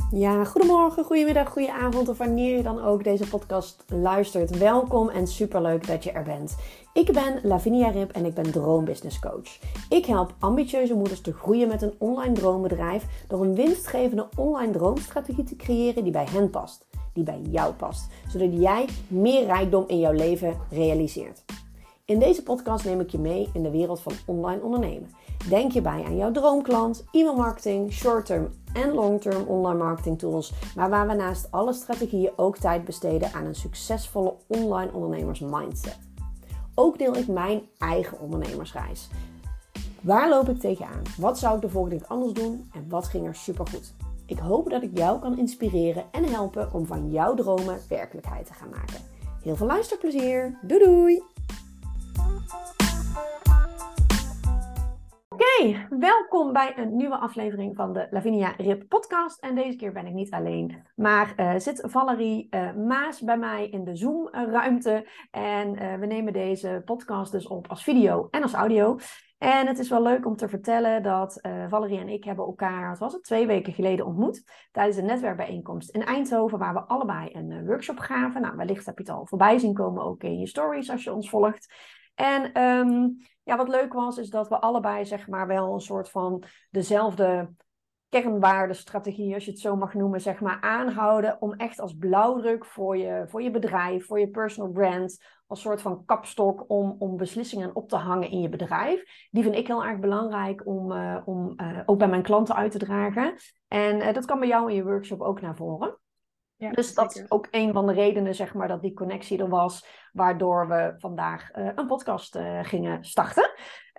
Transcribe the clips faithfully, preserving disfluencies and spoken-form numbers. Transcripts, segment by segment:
Ja, goedemorgen, goedemiddag, goedenavond of wanneer je dan ook deze podcast luistert. Welkom en superleuk dat je er bent. Ik ben Lavinia Rip en ik ben Droombusiness Coach. Ik help ambitieuze moeders te groeien met een online droombedrijf door een winstgevende online droomstrategie te creëren die bij hen past, die bij jou past, zodat jij meer rijkdom in jouw leven realiseert. In deze podcast neem ik je mee in de wereld van online ondernemen. Denk je bij aan jouw droomklant, e-mailmarketing, short-term en long-term online marketing tools, maar waar we naast alle strategieën ook tijd besteden aan een succesvolle online ondernemers mindset. Ook deel ik mijn eigen ondernemersreis. Waar loop ik tegenaan? Wat zou ik de volgende keer anders doen? En wat ging er supergoed? Ik hoop dat ik jou kan inspireren en helpen om van jouw dromen werkelijkheid te gaan maken. Heel veel luisterplezier. Doei doei! Oké, okay, welkom bij een nieuwe aflevering van de Lavinia Rip podcast. En deze keer ben ik niet alleen, maar uh, zit Valerie uh, Maas bij mij in de Zoom-ruimte. En uh, we nemen deze podcast dus op als video en als audio. En het is wel leuk om te vertellen dat uh, Valerie en ik hebben elkaar, wat was het, twee weken geleden ontmoet. Tijdens een netwerkbijeenkomst in Eindhoven, waar we allebei een uh, workshop gaven. Nou, wellicht heb je het al voorbij zien komen, ook in je stories als je ons volgt. En um, ja, wat leuk was, is dat we allebei zeg maar wel een soort van dezelfde kernwaardestrategie, als je het zo mag noemen, zeg maar aanhouden. Om echt als blauwdruk voor je, voor je bedrijf, voor je personal brand, als soort van kapstok om, om beslissingen op te hangen in je bedrijf. Die vind ik heel erg belangrijk om, uh, om uh, ook bij mijn klanten uit te dragen. En uh, dat kan bij jou in je workshop ook naar voren. Ja, dus dat zeker. Is ook een van de redenen, zeg maar, dat die connectie er was, waardoor we vandaag uh, een podcast uh, gingen starten.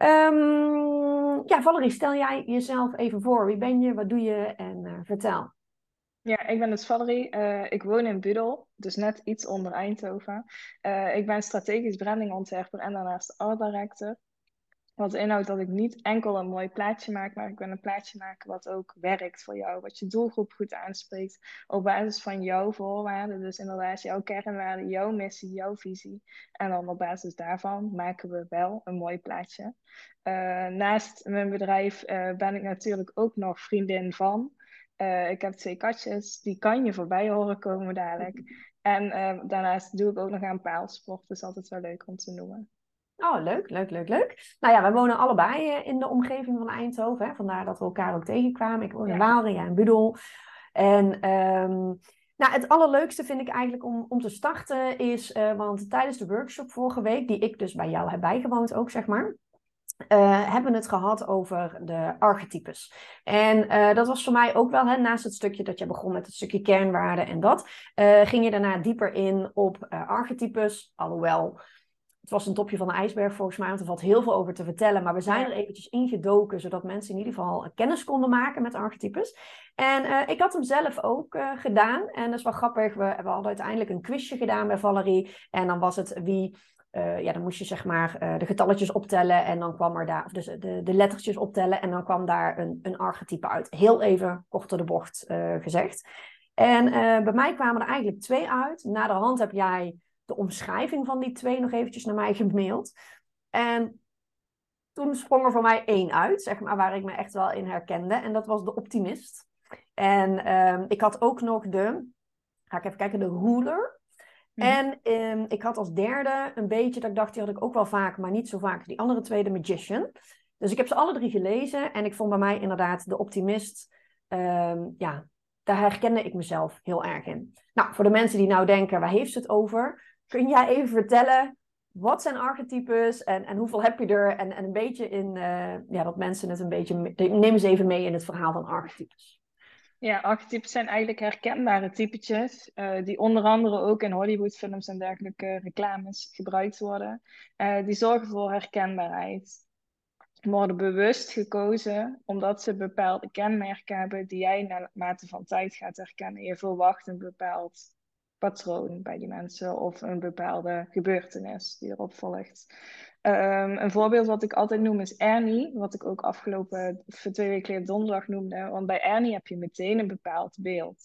Um, ja, Valerie, stel jij jezelf even voor. Wie ben je, wat doe je en uh, vertel. Ja, ik ben dus Valerie. Uh, ik woon in Budel, dus net iets onder Eindhoven. Uh, ik ben strategisch brandingontwerper en daarnaast art director. Wat inhoudt dat ik niet enkel een mooi plaatje maak, maar ik wil een plaatje maken wat ook werkt voor jou. Wat je doelgroep goed aanspreekt op basis van jouw voorwaarden. Dus inderdaad jouw kernwaarden, jouw missie, jouw visie. En dan op basis daarvan maken we wel een mooi plaatje. Uh, naast mijn bedrijf uh, ben ik natuurlijk ook nog vriendin van. Uh, ik heb twee katjes, die kan je voorbij horen komen dadelijk. En uh, daarnaast doe ik ook nog aan paalsport, dus altijd wel leuk om te noemen. Oh, leuk, leuk, leuk, leuk. Nou ja, wij wonen allebei in de omgeving van Eindhoven. Hè? Vandaar dat we elkaar ook tegenkwamen. Ik woon in Waalre, jij in Budel. En um, nou, het allerleukste vind ik eigenlijk om, om te starten is... Uh, want tijdens de workshop vorige week, die ik dus bij jou heb bijgewoond ook, zeg maar... Uh, hebben we het gehad over de archetypes. En uh, dat was voor mij ook wel, hè, naast het stukje dat je begon met het stukje kernwaarden en dat... Uh, ging je daarna dieper in op uh, archetypes, alhoewel... Het was een topje van de ijsberg volgens mij, want er valt heel veel over te vertellen. Maar we zijn er eventjes ingedoken, zodat mensen in ieder geval kennis konden maken met archetypes. En uh, ik had hem zelf ook uh, gedaan. En dat is wel grappig. We, we hadden uiteindelijk een quizje gedaan bij Valerie. En dan was het wie... Uh, ja, dan moest je zeg maar uh, de getalletjes optellen. En dan kwam er daar... Of dus de, de lettertjes optellen. En dan kwam daar een, een archetype uit. Heel even kort door de bocht uh, gezegd. En uh, bij mij kwamen er eigenlijk twee uit. Na de hand heb jij... de omschrijving van die twee nog eventjes naar mij gemaild. En toen sprong er voor mij één uit, zeg maar, waar ik me echt wel in herkende. En dat was de optimist. En um, ik had ook nog de, ga ik even kijken, de ruler. Mm-hmm. En um, ik had als derde een beetje, dat ik dacht, die had ik ook wel vaak, maar niet zo vaak, die andere twee, de magician. Dus ik heb ze alle drie gelezen. En ik vond bij mij inderdaad de optimist, um, ja, daar herkende ik mezelf heel erg in. Nou, voor de mensen die nou denken, waar heeft ze het over? Kun jij even vertellen, wat zijn archetypes en, en hoeveel heb je er? En, en een beetje in, uh, ja, dat mensen het een beetje... Neem eens even mee in het verhaal van archetypes. Ja, archetypes zijn eigenlijk herkenbare typetjes, uh, die onder andere ook in Hollywoodfilms en dergelijke reclames gebruikt worden. Uh, die zorgen voor herkenbaarheid. Worden bewust gekozen omdat ze bepaalde kenmerken hebben die jij naarmate van tijd gaat herkennen. Je verwacht een bepaald patroon bij die mensen of een bepaalde gebeurtenis die erop volgt. Um, een voorbeeld wat ik altijd noem is Ernie, wat ik ook afgelopen voor twee weken geleden donderdag noemde. Want bij Ernie heb je meteen een bepaald beeld.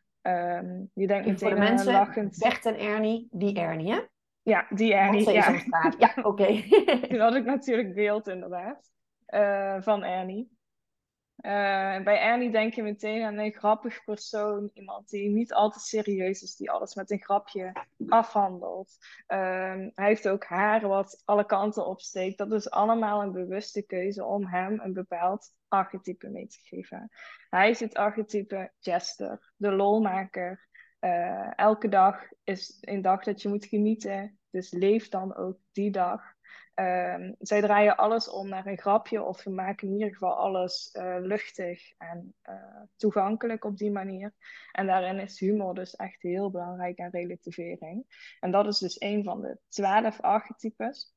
Um, je denkt Even meteen voor de mensen, lachend. Bert en Ernie, die Ernie, hè? Ja, die Ernie. Ja, ja oké. Okay. Toen had ik natuurlijk beeld inderdaad uh, van Ernie. Uh, bij Ernie denk je meteen aan een grappig persoon. Iemand die niet al te serieus is, die alles met een grapje afhandelt. Um, hij heeft ook haar wat alle kanten opsteekt. Dat is allemaal een bewuste keuze om hem een bepaald archetype mee te geven. Hij is het archetype jester, de lolmaker. Uh, elke dag is een dag dat je moet genieten. Dus leef dan ook die dag. Um, zij draaien alles om naar een grapje of we maken in ieder geval alles uh, luchtig en uh, toegankelijk op die manier. En daarin is humor dus echt heel belangrijk en relativering. En dat is dus een van de twaalf archetypes.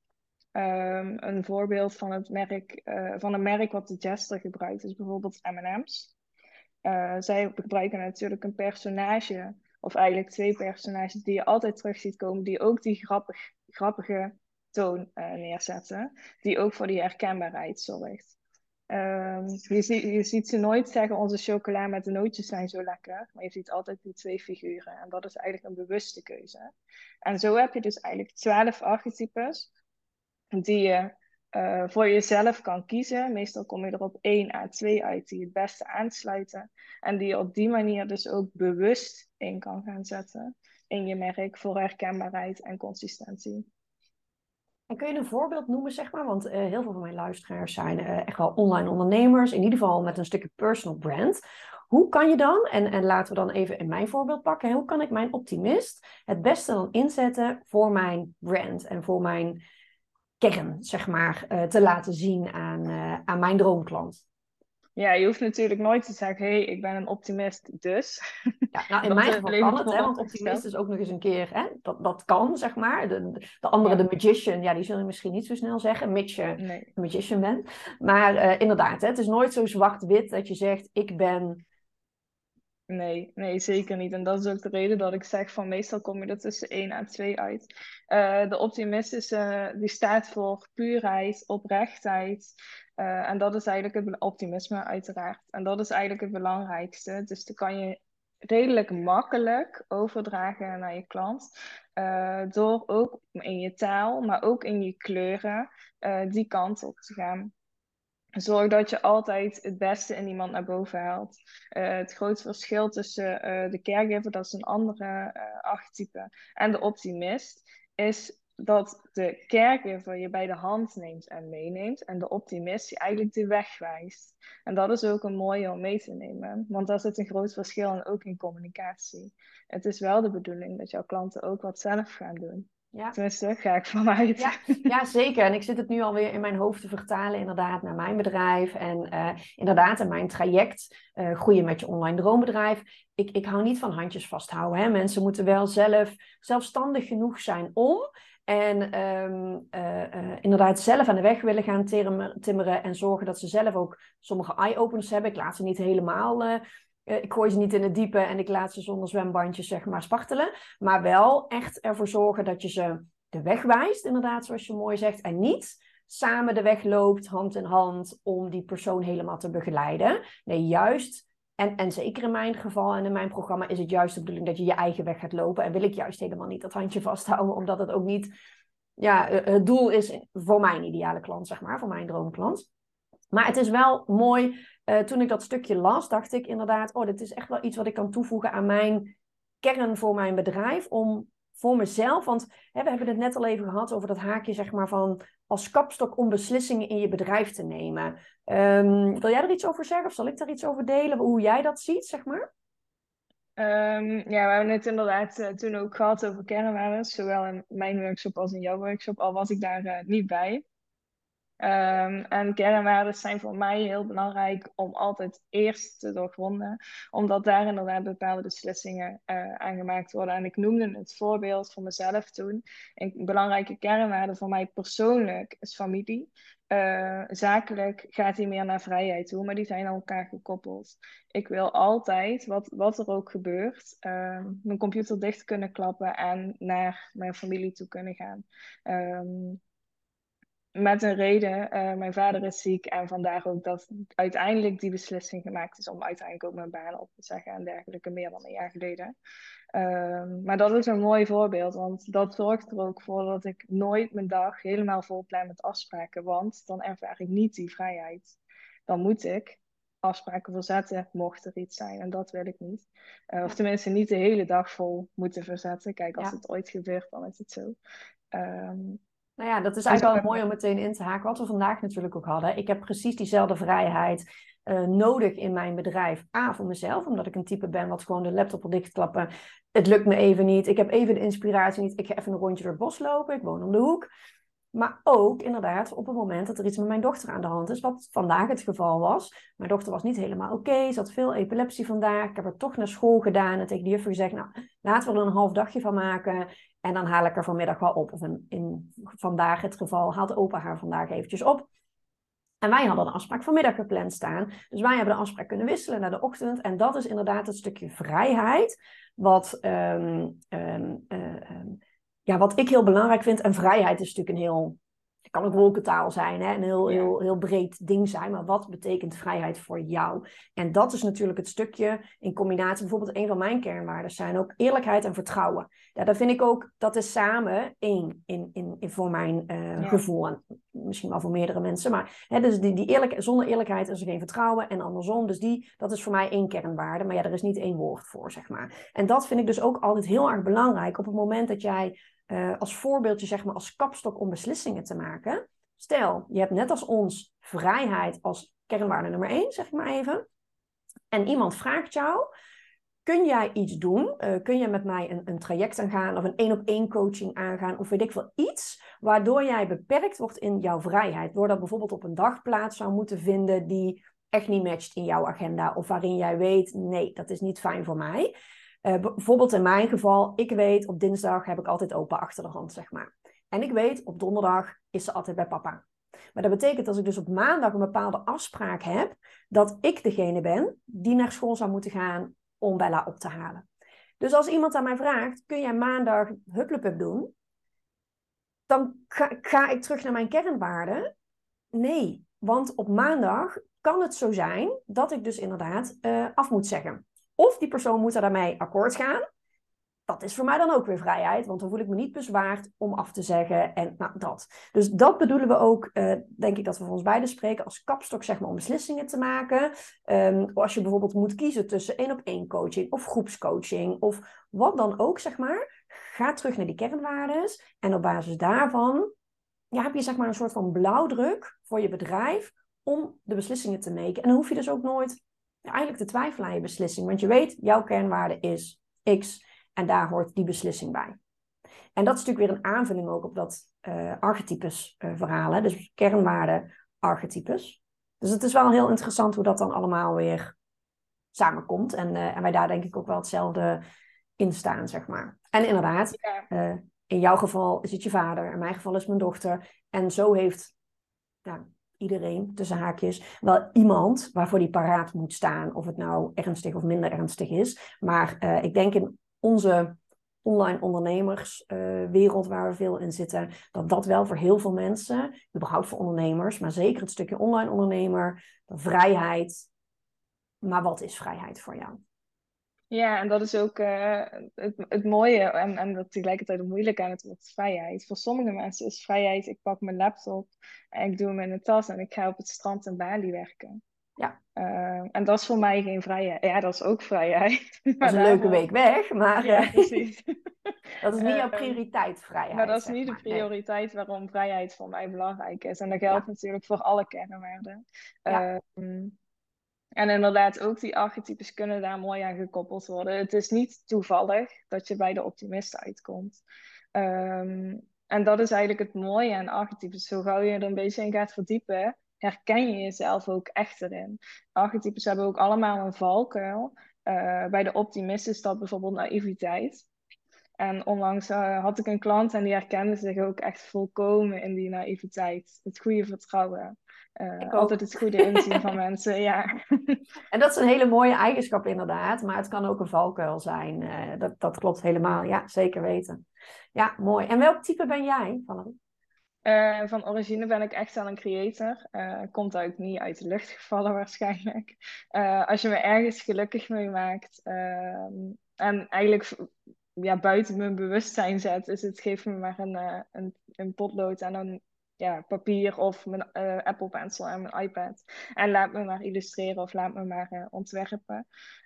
Um, een voorbeeld van, het merk, uh, van een merk wat de Jester gebruikt is bijvoorbeeld M en M's. Uh, zij gebruiken natuurlijk een personage, of eigenlijk twee personages die je altijd terug ziet komen, die ook die grappig, grappige toon uh, neerzetten, die ook voor die herkenbaarheid zorgt. Um, je, zie, je ziet ze nooit zeggen, onze chocola met de nootjes zijn zo lekker, maar je ziet altijd die twee figuren en dat is eigenlijk een bewuste keuze. En zo heb je dus eigenlijk twaalf archetypes die je uh, voor jezelf kan kiezen. Meestal kom je er op één à twee uit die het beste aansluiten. En die je op die manier dus ook bewust in kan gaan zetten in je merk voor herkenbaarheid en consistentie. En kun je een voorbeeld noemen, zeg maar? Want uh, heel veel van mijn luisteraars zijn uh, echt wel online ondernemers. In ieder geval met een stukje personal brand. Hoe kan je dan, en, en laten we dan even in mijn voorbeeld pakken. Hoe kan ik mijn optimist het beste dan inzetten voor mijn brand en voor mijn kern, zeg maar, uh, te laten zien aan, uh, aan mijn droomklant? Ja, je hoeft natuurlijk nooit te zeggen, hé, hey, ik ben een optimist, dus. Ja, nou, in mijn geval kan het, hè, want optimist is ook nog eens een keer, hè, dat, dat kan, zeg maar. De, de andere, ja. De magician, ja, die zul je misschien niet zo snel zeggen, mits je nee. een magician bent. Maar uh, inderdaad, hè, het is nooit zo zwart-wit dat je zegt, ik ben... Nee, nee, zeker niet. En dat is ook de reden dat ik zeg van meestal kom je er tussen één à twee uit. Uh, de optimist is, uh, die staat voor puurheid, oprechtheid. Uh, en dat is eigenlijk het optimisme uiteraard. En dat is eigenlijk het belangrijkste. Dus dan kan je redelijk makkelijk overdragen naar je klant. Uh, door ook in je taal, maar ook in je kleuren, uh, die kant op te gaan. Zorg dat je altijd het beste in iemand naar boven haalt. Uh, het grote verschil tussen uh, de caregiver, dat is een andere uh, archetype, en de optimist, is dat de caregiver je bij de hand neemt en meeneemt, en de optimist je eigenlijk de weg wijst. En dat is ook een mooie om mee te nemen, want daar zit een groot verschil in, ook in communicatie. Het is wel de bedoeling dat jouw klanten ook wat zelf gaan doen. Ja. Tenminste, ga ik vanuit. Ja, ja, zeker. En ik zit het nu alweer in mijn hoofd te vertalen inderdaad naar mijn bedrijf. En uh, inderdaad in mijn traject uh, groeien met je online droombedrijf. Ik, ik hou niet van handjes vasthouden. Hè. Mensen moeten wel zelf zelfstandig genoeg zijn om. En um, uh, uh, inderdaad zelf aan de weg willen gaan timmeren. En zorgen dat ze zelf ook sommige eye-openers hebben. Ik laat ze niet helemaal... Uh, Uh, ik gooi ze niet in het diepe en ik laat ze zonder zwembandjes, zeg maar, spartelen. Maar wel echt ervoor zorgen dat je ze de weg wijst, inderdaad, zoals je mooi zegt. En niet samen de weg loopt, hand in hand, om die persoon helemaal te begeleiden. Nee, juist, en, en zeker in mijn geval en in mijn programma is het juist de bedoeling dat je je eigen weg gaat lopen. En wil ik juist helemaal niet dat handje vasthouden, omdat het ook niet ja, het doel is voor mijn ideale klant, zeg maar, voor mijn droomklant. Maar het is wel mooi, uh, toen ik dat stukje las, dacht ik inderdaad, oh, dit is echt wel iets wat ik kan toevoegen aan mijn kern voor mijn bedrijf, om voor mezelf, want hè, we hebben het net al even gehad over dat haakje, zeg maar, van als kapstok om beslissingen in je bedrijf te nemen. Um, wil jij er iets over zeggen of zal ik daar iets over delen, hoe jij dat ziet, zeg maar? Um, ja, we hebben het inderdaad uh, toen ook gehad over kernwaarden, zowel in mijn workshop als in jouw workshop, al was ik daar uh, niet bij. Um, en kernwaarden zijn voor mij heel belangrijk om altijd eerst te doorgronden, omdat daar inderdaad bepaalde beslissingen uh, aan gemaakt worden. En ik noemde het voorbeeld voor mezelf toen. Een belangrijke kernwaarde voor mij persoonlijk is familie. Uh, zakelijk gaat die meer naar vrijheid toe, maar die zijn aan elkaar gekoppeld. Ik wil altijd, wat, wat er ook gebeurt, uh, mijn computer dicht kunnen klappen en naar mijn familie toe kunnen gaan. Um, Met een reden, uh, mijn vader is ziek en vandaar ook dat uiteindelijk die beslissing gemaakt is om uiteindelijk ook mijn baan op te zeggen en dergelijke, meer dan een jaar geleden. Um, maar dat is een mooi voorbeeld, want dat zorgt er ook voor dat ik nooit mijn dag helemaal vol plan met afspraken, want dan ervaar ik niet die vrijheid. Dan moet ik afspraken verzetten, mocht er iets zijn. En dat wil ik niet. Uh, of Ja. tenminste niet de hele dag vol moeten verzetten. Kijk, als Ja. het ooit gebeurt, dan is het zo. Um, Nou ja, dat is dus eigenlijk wel dat... mooi om meteen in te haken. Wat we vandaag natuurlijk ook hadden. Ik heb precies diezelfde vrijheid uh, nodig in mijn bedrijf. A, voor mezelf, omdat ik een type ben wat gewoon de laptop wil dichtklappen. Het lukt me even niet. Ik heb even de inspiratie niet. Ik ga even een rondje door het bos lopen. Ik woon om de hoek. Maar ook inderdaad op het moment dat er iets met mijn dochter aan de hand is. Wat vandaag het geval was. Mijn dochter was niet helemaal oké. Okay, ze had veel epilepsie vandaag. Ik heb haar toch naar school gedaan. En tegen de juffer gezegd, nou, laten we er een half dagje van maken. En dan haal ik haar vanmiddag wel op. Of in, in vandaag het geval haalt opa haar vandaag eventjes op. En wij hadden een afspraak vanmiddag gepland staan. Dus wij hebben de afspraak kunnen wisselen naar de ochtend. En dat is inderdaad het stukje vrijheid. Wat, um, um, uh, um, ja, wat ik heel belangrijk vind. En vrijheid is natuurlijk een heel... Het kan ook wolkentaal zijn, hè? Een heel, Ja. heel, heel breed ding zijn. Maar wat betekent vrijheid voor jou? En dat is natuurlijk het stukje in combinatie. Bijvoorbeeld een van mijn kernwaarden zijn ook eerlijkheid en vertrouwen. Ja, dat vind ik ook, dat is samen één in, in, in voor mijn uh, Ja. gevoel. En misschien wel voor meerdere mensen. Maar hè, dus die, die eerlijk, zonder eerlijkheid is er geen vertrouwen. En andersom. Dus die, dat is voor mij één kernwaarde. Maar ja, er is niet één woord voor, zeg maar. En dat vind ik dus ook altijd heel erg belangrijk. Op het moment dat jij... Uh, als voorbeeldje, zeg maar, als kapstok om beslissingen te maken. Stel, je hebt net als ons vrijheid als kernwaarde nummer één, zeg ik maar even. En iemand vraagt jou, kun jij iets doen? Uh, kun je met mij een, een traject aangaan of een één-op-één coaching aangaan? Of weet ik veel, iets waardoor jij beperkt wordt in jouw vrijheid. Door dat bijvoorbeeld op een dag plaats zou moeten vinden die echt niet matcht in jouw agenda. Of waarin jij weet, nee, dat is niet fijn voor mij. Uh, bijvoorbeeld in mijn geval, ik weet op dinsdag heb ik altijd opa achter de hand, zeg maar. En ik weet op donderdag is ze altijd bij papa. Maar dat betekent als ik dus op maandag een bepaalde afspraak heb, dat ik degene ben die naar school zou moeten gaan om Bella op te halen. Dus als iemand aan mij vraagt, kun jij maandag hupplepup doen? Dan ga, ga ik terug naar mijn kernwaarden. Nee, want op maandag kan het zo zijn dat ik dus inderdaad uh, af moet zeggen. Of die persoon moet er daarmee akkoord gaan. Dat is voor mij dan ook weer vrijheid, want dan voel ik me niet bezwaard om af te zeggen en nou dat. Dus dat bedoelen we ook, uh, denk ik dat we voor ons beiden spreken, als kapstok zeg maar om beslissingen te maken. Um, als je bijvoorbeeld moet kiezen tussen één-op-één coaching of groepscoaching of wat dan ook zeg maar. Ga terug naar die kernwaardes en op basis daarvan ja, heb je zeg maar een soort van blauwdruk voor je bedrijf om de beslissingen te maken. En dan hoef je dus ook nooit ja, eigenlijk te twijfelen aan je beslissing, want je weet, jouw kernwaarde is X. En daar hoort die beslissing bij. En dat is natuurlijk weer een aanvulling ook op dat uh, archetypes uh, verhaal. Hè? Dus kernwaarden, archetypes. Dus het is wel heel interessant hoe dat dan allemaal weer samenkomt. En, uh, en wij daar denk ik ook wel hetzelfde in staan, zeg maar. En inderdaad, uh, in jouw geval is het je vader. In mijn geval is het mijn dochter. En zo heeft ja, iedereen, tussen haakjes, wel iemand waarvoor die paraat moet staan. Of het nou ernstig of minder ernstig is. Maar uh, ik denk in onze online ondernemerswereld uh, waar we veel in zitten, dat dat wel voor heel veel mensen, überhaupt voor ondernemers, maar zeker het stukje online ondernemer, de vrijheid. Maar wat is vrijheid voor jou? Ja, en dat is ook uh, het, het mooie en, en dat tegelijkertijd het moeilijke aan het woord vrijheid. Voor sommige mensen is vrijheid, ik pak mijn laptop en ik doe hem in een tas en ik ga op het strand in Bali werken. Ja. Uh, en dat is voor mij geen vrijheid. Ja, dat is ook vrijheid. Dat is een leuke week weg, maar... Ja, precies. Dat is niet jouw prioriteit, vrijheid. Maar dat is zeg niet maar. de prioriteit nee. waarom vrijheid voor mij belangrijk is. En dat geldt ja. natuurlijk voor alle kernwaarden. Ja. Um, en inderdaad, ook die archetypes kunnen daar mooi aan gekoppeld worden. Het is niet toevallig dat je bij de optimist uitkomt. Um, en dat is eigenlijk het mooie aan archetypes. Zo gauw je er een beetje in gaat verdiepen, herken je jezelf ook echt erin. Archetypes hebben ook allemaal een valkuil. Uh, bij de optimist is dat bijvoorbeeld naïviteit. En onlangs uh, had ik een klant en die herkende zich ook echt volkomen in die naïviteit. Het goede vertrouwen. Uh, altijd het goede inzien van mensen, ja. En dat is een hele mooie eigenschap inderdaad, maar het kan ook een valkuil zijn. Uh, dat, dat klopt helemaal, ja, zeker weten. Ja, mooi. En welk type ben jij, Valerie? Uh, van origine ben ik echt wel een creator. Uh, komt ook niet uit de lucht gevallen waarschijnlijk. Uh, als je me ergens gelukkig mee maakt uh, en eigenlijk ja, buiten mijn bewustzijn zet, is het geef me maar een, uh, een, een potlood en dan ja, papier of mijn uh, Apple Pencil en mijn iPad. En laat me maar illustreren of laat me maar uh, ontwerpen.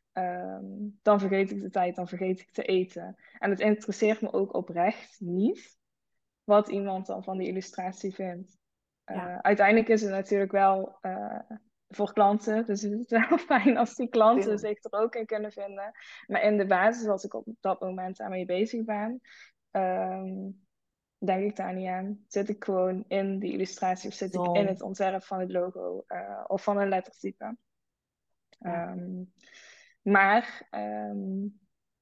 Um, dan vergeet ik de tijd, dan vergeet ik te eten. En het interesseert me ook oprecht niet wat iemand dan van die illustratie vindt. Uh, ja. Uiteindelijk is het natuurlijk wel uh, voor klanten, dus het is wel fijn als die klanten ja. zich er ook in kunnen vinden. Maar in de basis, als ik op dat moment daarmee bezig ben, um, denk ik daar niet aan. Zit ik gewoon in die illustratie of zit oh. ik in het ontwerp van het logo uh, of van een lettertype. Ja. Um, maar um,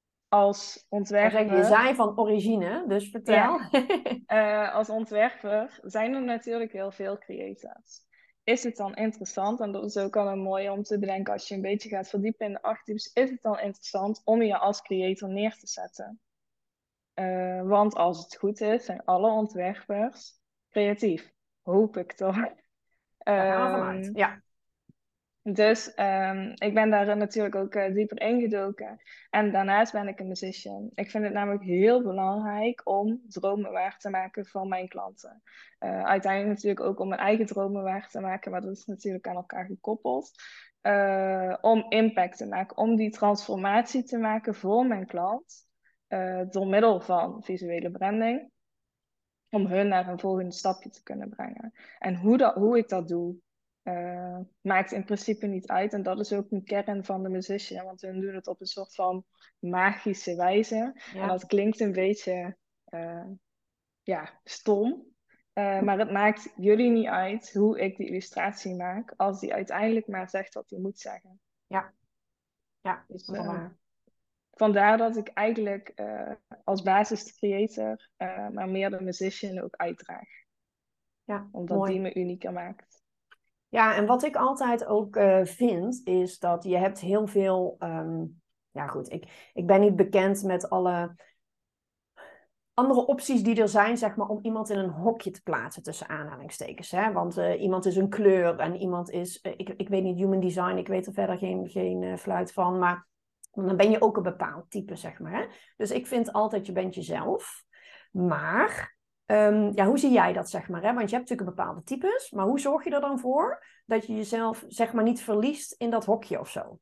als ontwerper... Je zei van origine, dus vertel. Ja. uh, als ontwerper zijn er natuurlijk heel veel creators. Is het dan interessant, en dat is ook al een mooie om te bedenken als je een beetje gaat verdiepen in de archetypes, is het dan interessant om je als creator neer te zetten? Uh, want als het goed is, zijn alle ontwerpers creatief. Hoop ik toch. Daar gaan we vanuit, um, ja. Dus um, ik ben daar natuurlijk ook uh, dieper ingedoken. En daarnaast ben ik een musician. Ik vind het namelijk heel belangrijk om dromen waar te maken van mijn klanten. Uh, uiteindelijk natuurlijk ook om mijn eigen dromen waar te maken, maar dat is natuurlijk aan elkaar gekoppeld. Uh, om impact te maken, om die transformatie te maken voor mijn klant. Uh, door middel van visuele branding. Om hun naar een volgende stapje te kunnen brengen. En hoe, dat, hoe ik dat doe, uh, maakt in principe niet uit. En dat is ook een kern van de musician. Want hun doen het op een soort van magische wijze. Ja. En dat klinkt een beetje uh, ja, stom. Uh, maar het maakt jullie niet uit hoe ik die illustratie maak. Als die uiteindelijk maar zegt wat hij moet zeggen. Ja, ja, dus, dat is uh, waar. Vandaar dat ik eigenlijk uh, als basis de creator, uh, maar meer de musician ook uitdraag. Ja, omdat mooi. die me unieker maakt. Ja, en wat ik altijd ook uh, vind, is dat je hebt heel veel... Um, ja goed, ik, ik ben niet bekend met alle andere opties die er zijn, zeg maar, om iemand in een hokje te plaatsen tussen aanhalingstekens. Hè? Want uh, iemand is een kleur en iemand is... Uh, ik, ik weet niet, human design, ik weet er verder geen, geen uh, fluit van, maar dan ben je ook een bepaald type, zeg maar. Hè? Dus ik vind altijd, je bent jezelf. Maar... Um, ja, hoe zie jij dat, zeg maar? Hè? Want je hebt natuurlijk bepaalde types, maar hoe zorg je er dan voor dat je jezelf, zeg maar, niet verliest in dat hokje of zo?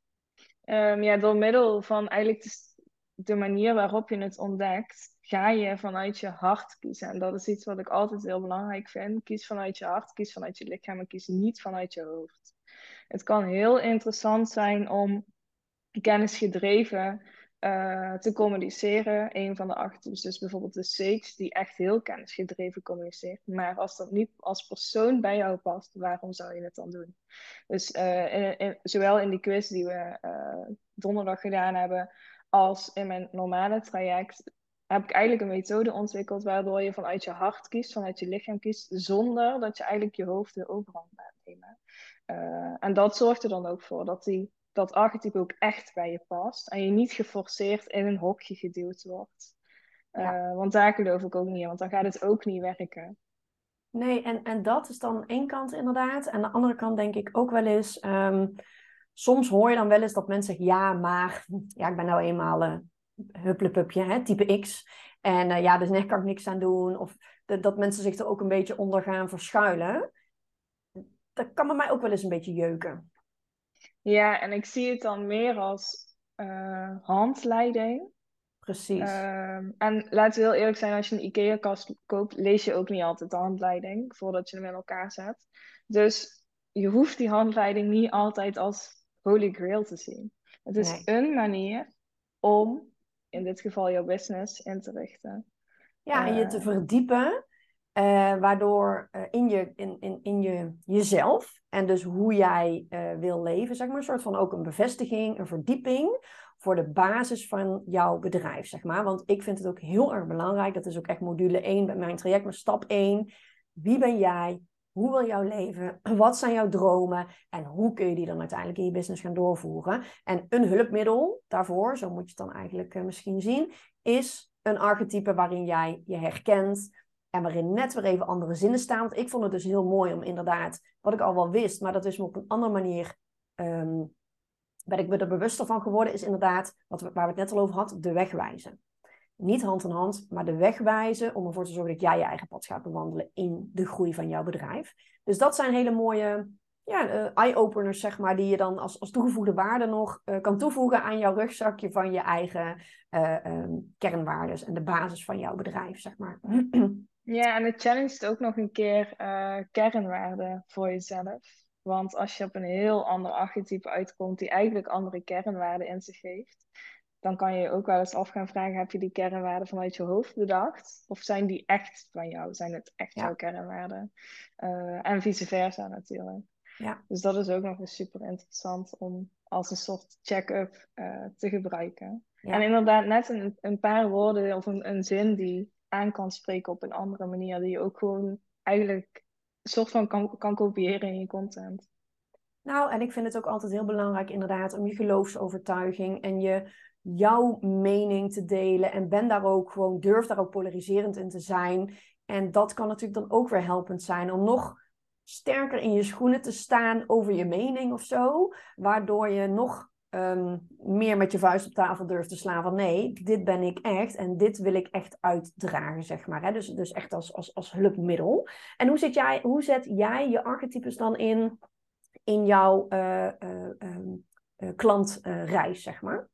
Um, ja, door middel van eigenlijk de, de manier waarop je het ontdekt, ga je vanuit je hart kiezen. En dat is iets wat ik altijd heel belangrijk vind. Kies vanuit je hart, kies vanuit je lichaam en kies niet vanuit je hoofd. Het kan heel interessant zijn om kennisgedreven uh, te communiceren. Een van de archetypes, dus bijvoorbeeld de Sage, die echt heel kennisgedreven communiceert. Maar als dat niet als persoon bij jou past, waarom zou je het dan doen? Dus uh, in, in, zowel in die quiz die we uh, donderdag gedaan hebben, als in mijn normale traject, heb ik eigenlijk een methode ontwikkeld waardoor je vanuit je hart kiest, vanuit je lichaam kiest, zonder dat je eigenlijk je hoofd de overhand laat nemen. Uh, en dat zorgt er dan ook voor dat die dat archetype ook echt bij je past. En je niet geforceerd in een hokje geduwd wordt. Ja. Uh, want daar geloof ik ook niet in. Want dan gaat het ook niet werken. Nee, en, en dat is dan één kant inderdaad. En de andere kant denk ik ook wel eens... Um, soms hoor je dan wel eens dat mensen zeggen... Ja, maar... Ja, ik ben nou eenmaal uh, hupplepupje, hè, type X. En uh, ja, dus daar kan ik niks aan doen. Of de, dat mensen zich er ook een beetje onder gaan verschuilen. Dat kan bij mij ook wel eens een beetje jeuken. Ja, en ik zie het dan meer als uh, handleiding. Precies. Uh, en laten we heel eerlijk zijn, als je een IKEA-kast koopt, lees je ook niet altijd de handleiding voordat je hem in elkaar zet. Dus je hoeft die handleiding niet altijd als holy grail te zien. Het is nee. een manier om, in dit geval jouw business, in te richten. Ja, en je te verdiepen. Uh, waardoor uh, in, je, in, in, in je, jezelf en dus hoe jij uh, wil leven, zeg maar, een soort van ook een bevestiging, een verdieping voor de basis van jouw bedrijf, zeg maar. Want ik vind het ook heel erg belangrijk, dat is ook echt module één bij mijn traject, maar stap één. Wie ben jij? Hoe wil jouw leven? Wat zijn jouw dromen? En hoe kun je die dan uiteindelijk in je business gaan doorvoeren? En een hulpmiddel daarvoor, zo moet je het dan eigenlijk uh, misschien zien, is een archetype waarin jij je herkent. En waarin net weer even andere zinnen staan. Want ik vond het dus heel mooi om inderdaad, wat ik al wel wist, maar dat is me op een andere manier, um, ben ik me er bewuster van geworden, is inderdaad, wat we, waar we het net al over hadden, de wegwijzen. niet hand in hand, maar de weg wijzen om ervoor te zorgen dat jij je eigen pad gaat bewandelen in de groei van jouw bedrijf. Dus dat zijn hele mooie ja, uh, eye-openers, zeg maar, die je dan als, als toegevoegde waarde nog uh, kan toevoegen aan jouw rugzakje van je eigen uh, um, kernwaardes en de basis van jouw bedrijf, zeg maar. Ja, en het challenged ook nog een keer uh, kernwaarden voor jezelf. Want als je op een heel ander archetype uitkomt die eigenlijk andere kernwaarden in zich heeft, dan kan je je ook wel eens af gaan vragen, heb je die kernwaarden vanuit je hoofd bedacht? Of zijn die echt van jou? Zijn het echt Ja. jouw kernwaarden? Uh, en vice versa natuurlijk. Ja. Dus dat is ook nog eens super interessant om als een soort check-up uh, te gebruiken. Ja. En inderdaad net een, een paar woorden of een, een zin die aan kan spreken op een andere manier, die je ook gewoon eigenlijk een soort van kan, kan kopiëren in je content. Nou, en ik vind het ook altijd heel belangrijk inderdaad om je geloofsovertuiging en je, jouw mening te delen. En ben daar ook gewoon, durf daar ook polariserend in te zijn. En dat kan natuurlijk dan ook weer helpend zijn om nog sterker in je schoenen te staan over je mening of zo. Waardoor je nog um, meer met je vuist op tafel durft te slaan van nee, dit ben ik echt en dit wil ik echt uitdragen, zeg maar. Hè? Dus, dus echt als, als, als hulpmiddel. En hoe zet jij, hoe zet jij je archetypes dan in... in jouw uh, uh, um, uh, klantreis, zeg maar?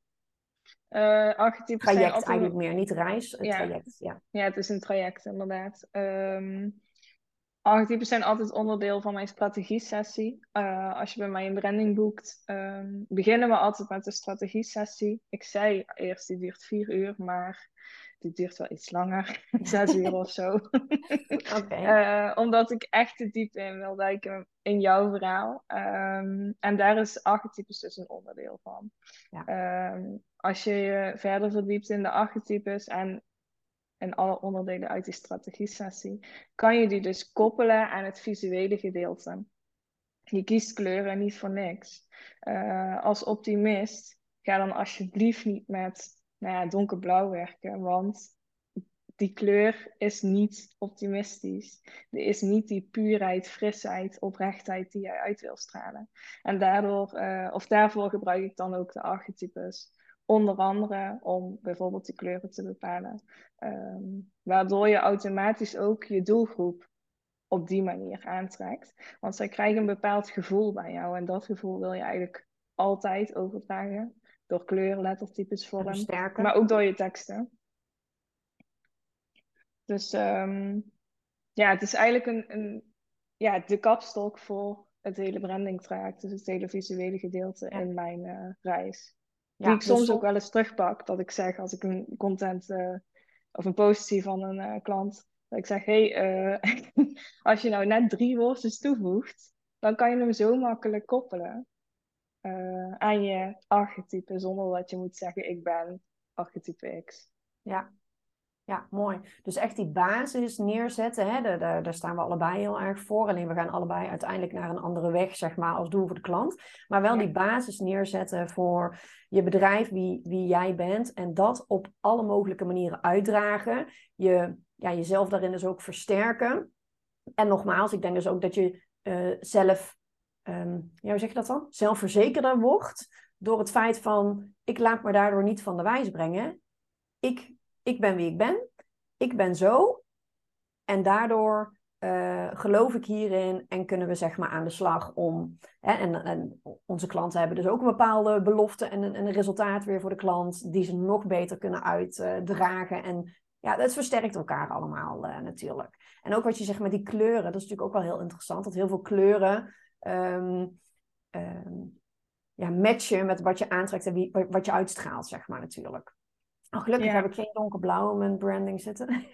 Uh, archetypes traject zijn altijd... eigenlijk meer, niet reis, het ja. traject. Ja. ja, het is een traject inderdaad. Um, archetypes zijn altijd onderdeel van mijn strategie-sessie. Uh, als je bij mij een branding boekt, um, beginnen we altijd met de strategie-sessie. Ik zei eerst, die duurt vier uur, maar die duurt wel iets langer. Zes uur of zo. Okay. uh, omdat ik echt de diepte in wil duiken in jouw verhaal. Um, en daar is archetypes dus een onderdeel van. Ja. Um, als je je verder verdiept in de archetypes en en alle onderdelen uit die strategie-sessie, kan je die dus koppelen aan het visuele gedeelte. Je kiest kleuren niet voor niks. Uh, als optimist, ga dan alsjeblieft niet met nou ja, donkerblauw werken, want die kleur is niet optimistisch. Er is niet die puurheid, frisheid, oprechtheid die jij uit wil stralen. En daardoor, uh, of daarvoor gebruik ik dan ook de archetypes. Onder andere om bijvoorbeeld die kleuren te bepalen. Um, waardoor je automatisch ook je doelgroep op die manier aantrekt. Want zij krijgen een bepaald gevoel bij jou. En dat gevoel wil je eigenlijk altijd overdragen. Door kleur, lettertypes, vorm. Maar ook door je teksten. Dus um, ja, het is eigenlijk een, een, ja, de kapstok voor het hele branding traject. Dus het hele visuele gedeelte ja. in mijn uh, reis. Die ja, ik soms dus ook wel eens terugpak. Dat ik zeg als ik een content uh, of een post zie van een uh, klant. Dat ik zeg, hé, hey, uh, als je nou net drie woordjes toevoegt. Dan kan je hem zo makkelijk koppelen. Uh, aan je archetype. Zonder dat je moet zeggen, ik ben archetype X. Ja. Ja, mooi. Dus echt die basis neerzetten, hè? Daar, daar, daar staan we allebei heel erg voor. Alleen we gaan allebei uiteindelijk naar een andere weg, zeg maar, als doel voor de klant. Maar wel ja. die basis neerzetten voor je bedrijf, wie, wie jij bent. En dat op alle mogelijke manieren uitdragen. Je, ja, jezelf daarin dus ook versterken. En nogmaals, ik denk dus ook dat je uh, zelf, um, ja, hoe zeg je dat dan? Zelfverzekerder wordt door het feit van, ik laat me daardoor niet van de wijs brengen. Ik... Ik ben wie ik ben. Ik ben zo. En daardoor uh, geloof ik hierin en kunnen we zeg maar aan de slag om... Hè, en, en onze klanten hebben dus ook een bepaalde belofte en een, een resultaat weer voor de klant die ze nog beter kunnen uitdragen. Uh, en ja, het versterkt elkaar allemaal uh, natuurlijk. En ook wat je zegt met die kleuren, dat is natuurlijk ook wel heel interessant. Dat heel veel kleuren um, um, ja, matchen met wat je aantrekt en wie, wat je uitstraalt, zeg maar natuurlijk. Oh, gelukkig ja. heb ik geen donkerblauw in mijn branding zitten.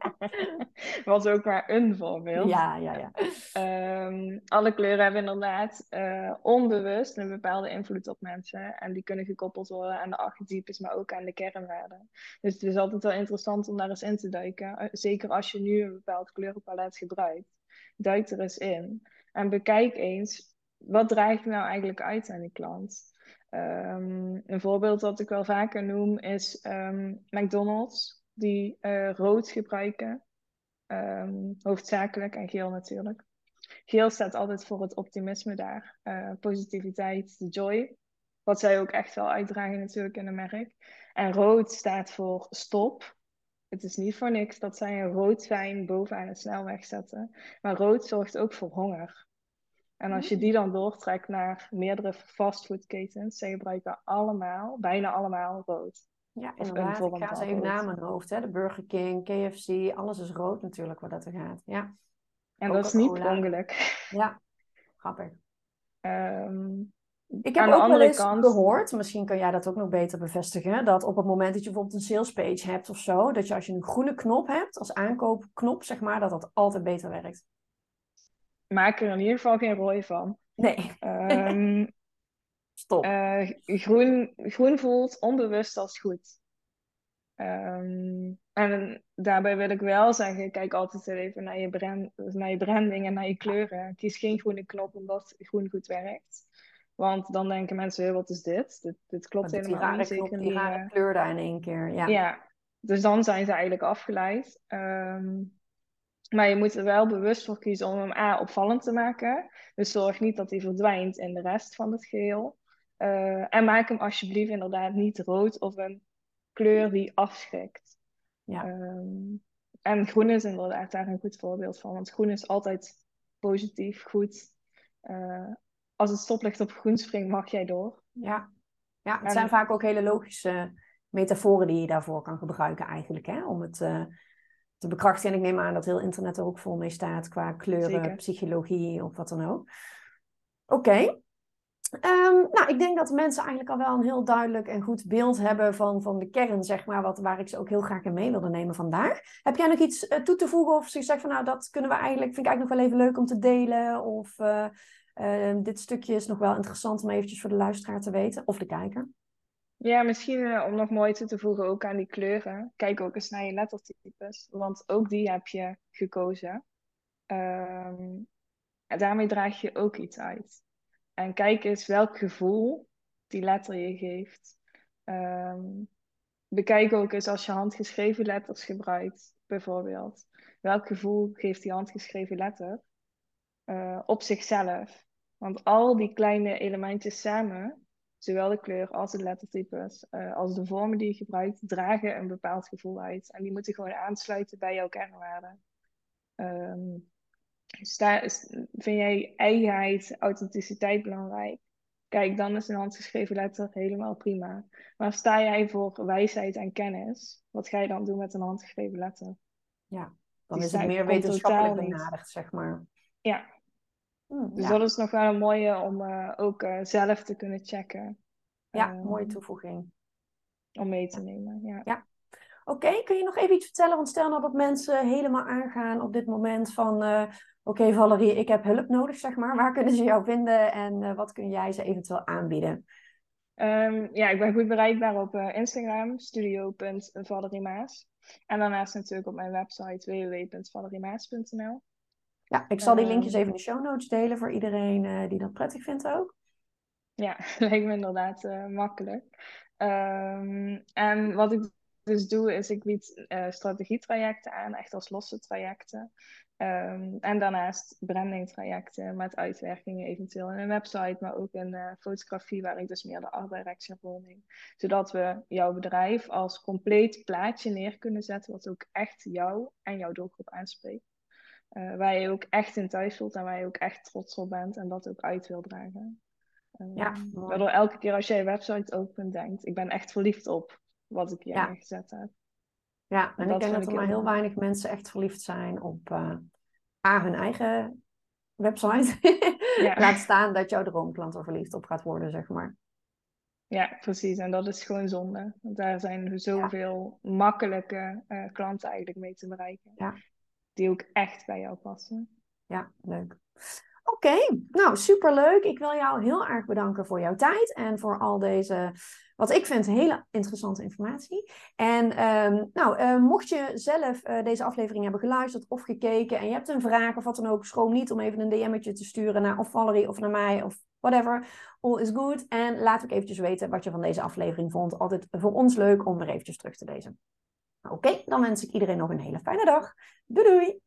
Was ook maar een voorbeeld. Ja, ja, ja. Um, alle kleuren hebben inderdaad uh, onbewust een bepaalde invloed op mensen. En die kunnen gekoppeld worden aan de archetypes, maar ook aan de kernwaarden. Dus het is altijd wel interessant om daar eens in te duiken. Zeker als je nu een bepaald kleurenpalet gebruikt. Duik er eens in. En bekijk eens, wat draag je nou eigenlijk uit aan die klant? Um, een voorbeeld dat ik wel vaker noem is um, McDonald's, die uh, rood gebruiken, um, hoofdzakelijk, en geel natuurlijk. Geel staat altijd voor het optimisme daar, uh, positiviteit, de joy, wat zij ook echt wel uitdragen natuurlijk in een merk. En rood staat voor stop, Het is niet voor niks dat zij een rood wijn bovenaan een snelweg zetten. Maar rood zorgt ook voor honger. En als je die dan doortrekt naar meerdere fastfoodketens, zij gebruiken allemaal, bijna allemaal rood. Ja, Of een inderdaad. Ik vorm ga ze van even naar rood. mijn hoofd. Hè. De Burger King, K F C, alles is rood natuurlijk waar dat er gaat. Ja, En dat is niet per Coca-Cola. ongeluk. Ja, grappig. Um, Ik heb aan de ook wel andere eens kant, gehoord, misschien kan jij dat ook nog beter bevestigen, dat op het moment dat je bijvoorbeeld een salespage hebt of zo, dat je als je een groene knop hebt, als aankoopknop, zeg maar, dat dat altijd beter werkt. maak er in ieder geval geen rooi van. Nee, Um, stop. uh, groen, groen voelt onbewust als goed. Um, en daarbij wil ik wel zeggen, kijk altijd even naar je, brand, naar je branding en naar je kleuren. Kies geen groene knop omdat groen goed werkt. Want dan denken mensen, wat is dit? Dit, dit klopt Wat doet die helemaal rare niet. knop, Zeker die niet. rare Uh, kleur daar in één keer? Ja, ja, dus dan zijn ze eigenlijk afgeleid. Um, maar je moet er wel bewust voor kiezen om hem A, opvallend te maken. Dus zorg niet dat hij verdwijnt in de rest van het geheel. Uh, en maak hem alsjeblieft inderdaad niet rood of een kleur die afschrikt. ja. Um, en groen is inderdaad daar een goed voorbeeld van. Want groen is altijd positief, goed. Uh, als het stoplicht op groen springt, mag jij door. Ja. Ja, het zijn En vaak ook hele logische metaforen die je daarvoor kan gebruiken eigenlijk, hè? Om het uh, te bekrachtigen. En ik neem aan dat heel internet er ook vol mee staat qua kleuren, zeker. psychologie of wat dan ook. Oké. Okay. Um, nou, ik denk dat mensen eigenlijk al wel een heel duidelijk en goed beeld hebben van, van de kern, zeg maar, wat, waar ik ze ook heel graag in mee wilde nemen vandaag. Heb jij nog iets uh, toe te voegen of je zegt van, nou, dat kunnen we eigenlijk, vind ik eigenlijk nog wel even leuk om te delen? Of uh, uh, dit stukje is nog wel interessant om eventjes voor de luisteraar te weten, of de kijker? Ja, misschien uh, om nog mooi toe te voegen ook aan die kleuren. Kijk ook eens naar je lettertypes, want ook die heb je gekozen. Um, en daarmee draag je ook iets uit. En kijk eens welk gevoel die letter je geeft. Um, bekijk ook eens als je handgeschreven letters gebruikt, bijvoorbeeld. Welk gevoel geeft die handgeschreven letter uh, op zichzelf? Want al die kleine elementjes samen, zowel de kleur als de lettertypes, uh, als de vormen die je gebruikt, dragen een bepaald gevoel uit. En die moeten gewoon aansluiten bij jouw kernwaarden. Um, sta, vind jij eigenheid, authenticiteit belangrijk? Kijk, dan is een handgeschreven letter helemaal prima. Maar sta jij voor wijsheid en kennis, wat ga je dan doen met een handgeschreven letter? Ja, dan Die is het sta, meer komt wetenschappelijk totaal niet. benaderd, zeg maar. Ja, Hm, dus ja. dat is nog wel een mooie om uh, ook uh, zelf te kunnen checken. Ja, mooie Um, toevoeging. om mee te Ja. nemen, ja. Ja. Oké, okay, kun je nog even iets vertellen? Want stel nou dat mensen helemaal aangaan op dit moment van... Uh, Oké, okay, Valerie, ik heb hulp nodig, zeg maar. Waar kunnen ze jou vinden en uh, wat kun jij ze eventueel aanbieden? Um, ja, ik ben goed bereikbaar op uh, Instagram, studio punt valeriemaas. En daarnaast natuurlijk op mijn website w w w punt valeriemaas punt n l. Ja, ik zal die linkjes even in de show notes delen voor iedereen uh, die dat prettig vindt ook. Ja, lijkt me inderdaad uh, makkelijk. Um, en wat ik dus doe, is ik bied uh, strategietrajecten aan, echt als losse trajecten. Um, en daarnaast brandingtrajecten met uitwerkingen eventueel in een website, maar ook in uh, fotografie, waar ik dus meer de art direction rol neem. Zodat we jouw bedrijf als compleet plaatje neer kunnen zetten, wat ook echt jou en jouw doelgroep aanspreekt. Uh, waar je ook echt in thuis voelt en waar je ook echt trots op bent en dat ook uit wil dragen. Ja, Um, mooi. waardoor elke keer als jij je website opent, denkt, ik ben echt verliefd op wat ik hier Ja. neergezet heb. Ja, en, En ik dat denk vind dat ik er heel maar heel belangrijk. weinig mensen echt verliefd zijn op uh, A, hun eigen website. Ja. Laat staan dat jouw droomklant er verliefd op gaat worden, zeg maar. Ja, precies. En dat is gewoon zonde. Want daar zijn zoveel Ja. makkelijke uh, klanten eigenlijk mee te bereiken. Ja. Die ook echt bij jou passen. Ja, leuk. Oké, okay, nou superleuk. Ik wil jou heel erg bedanken voor jouw tijd en voor al deze, wat ik vind, hele interessante informatie. En um, nou, uh, mocht je zelf uh, deze aflevering hebben geluisterd of gekeken en je hebt een vraag of wat dan ook, schroom niet om even een D M'tje te sturen naar of Valerie of naar mij of whatever. All is good. En laat ook eventjes weten wat je van deze aflevering vond. Altijd voor ons leuk om weer eventjes terug te lezen. Oké, okay, dan wens ik iedereen nog een hele fijne dag. Doei doei!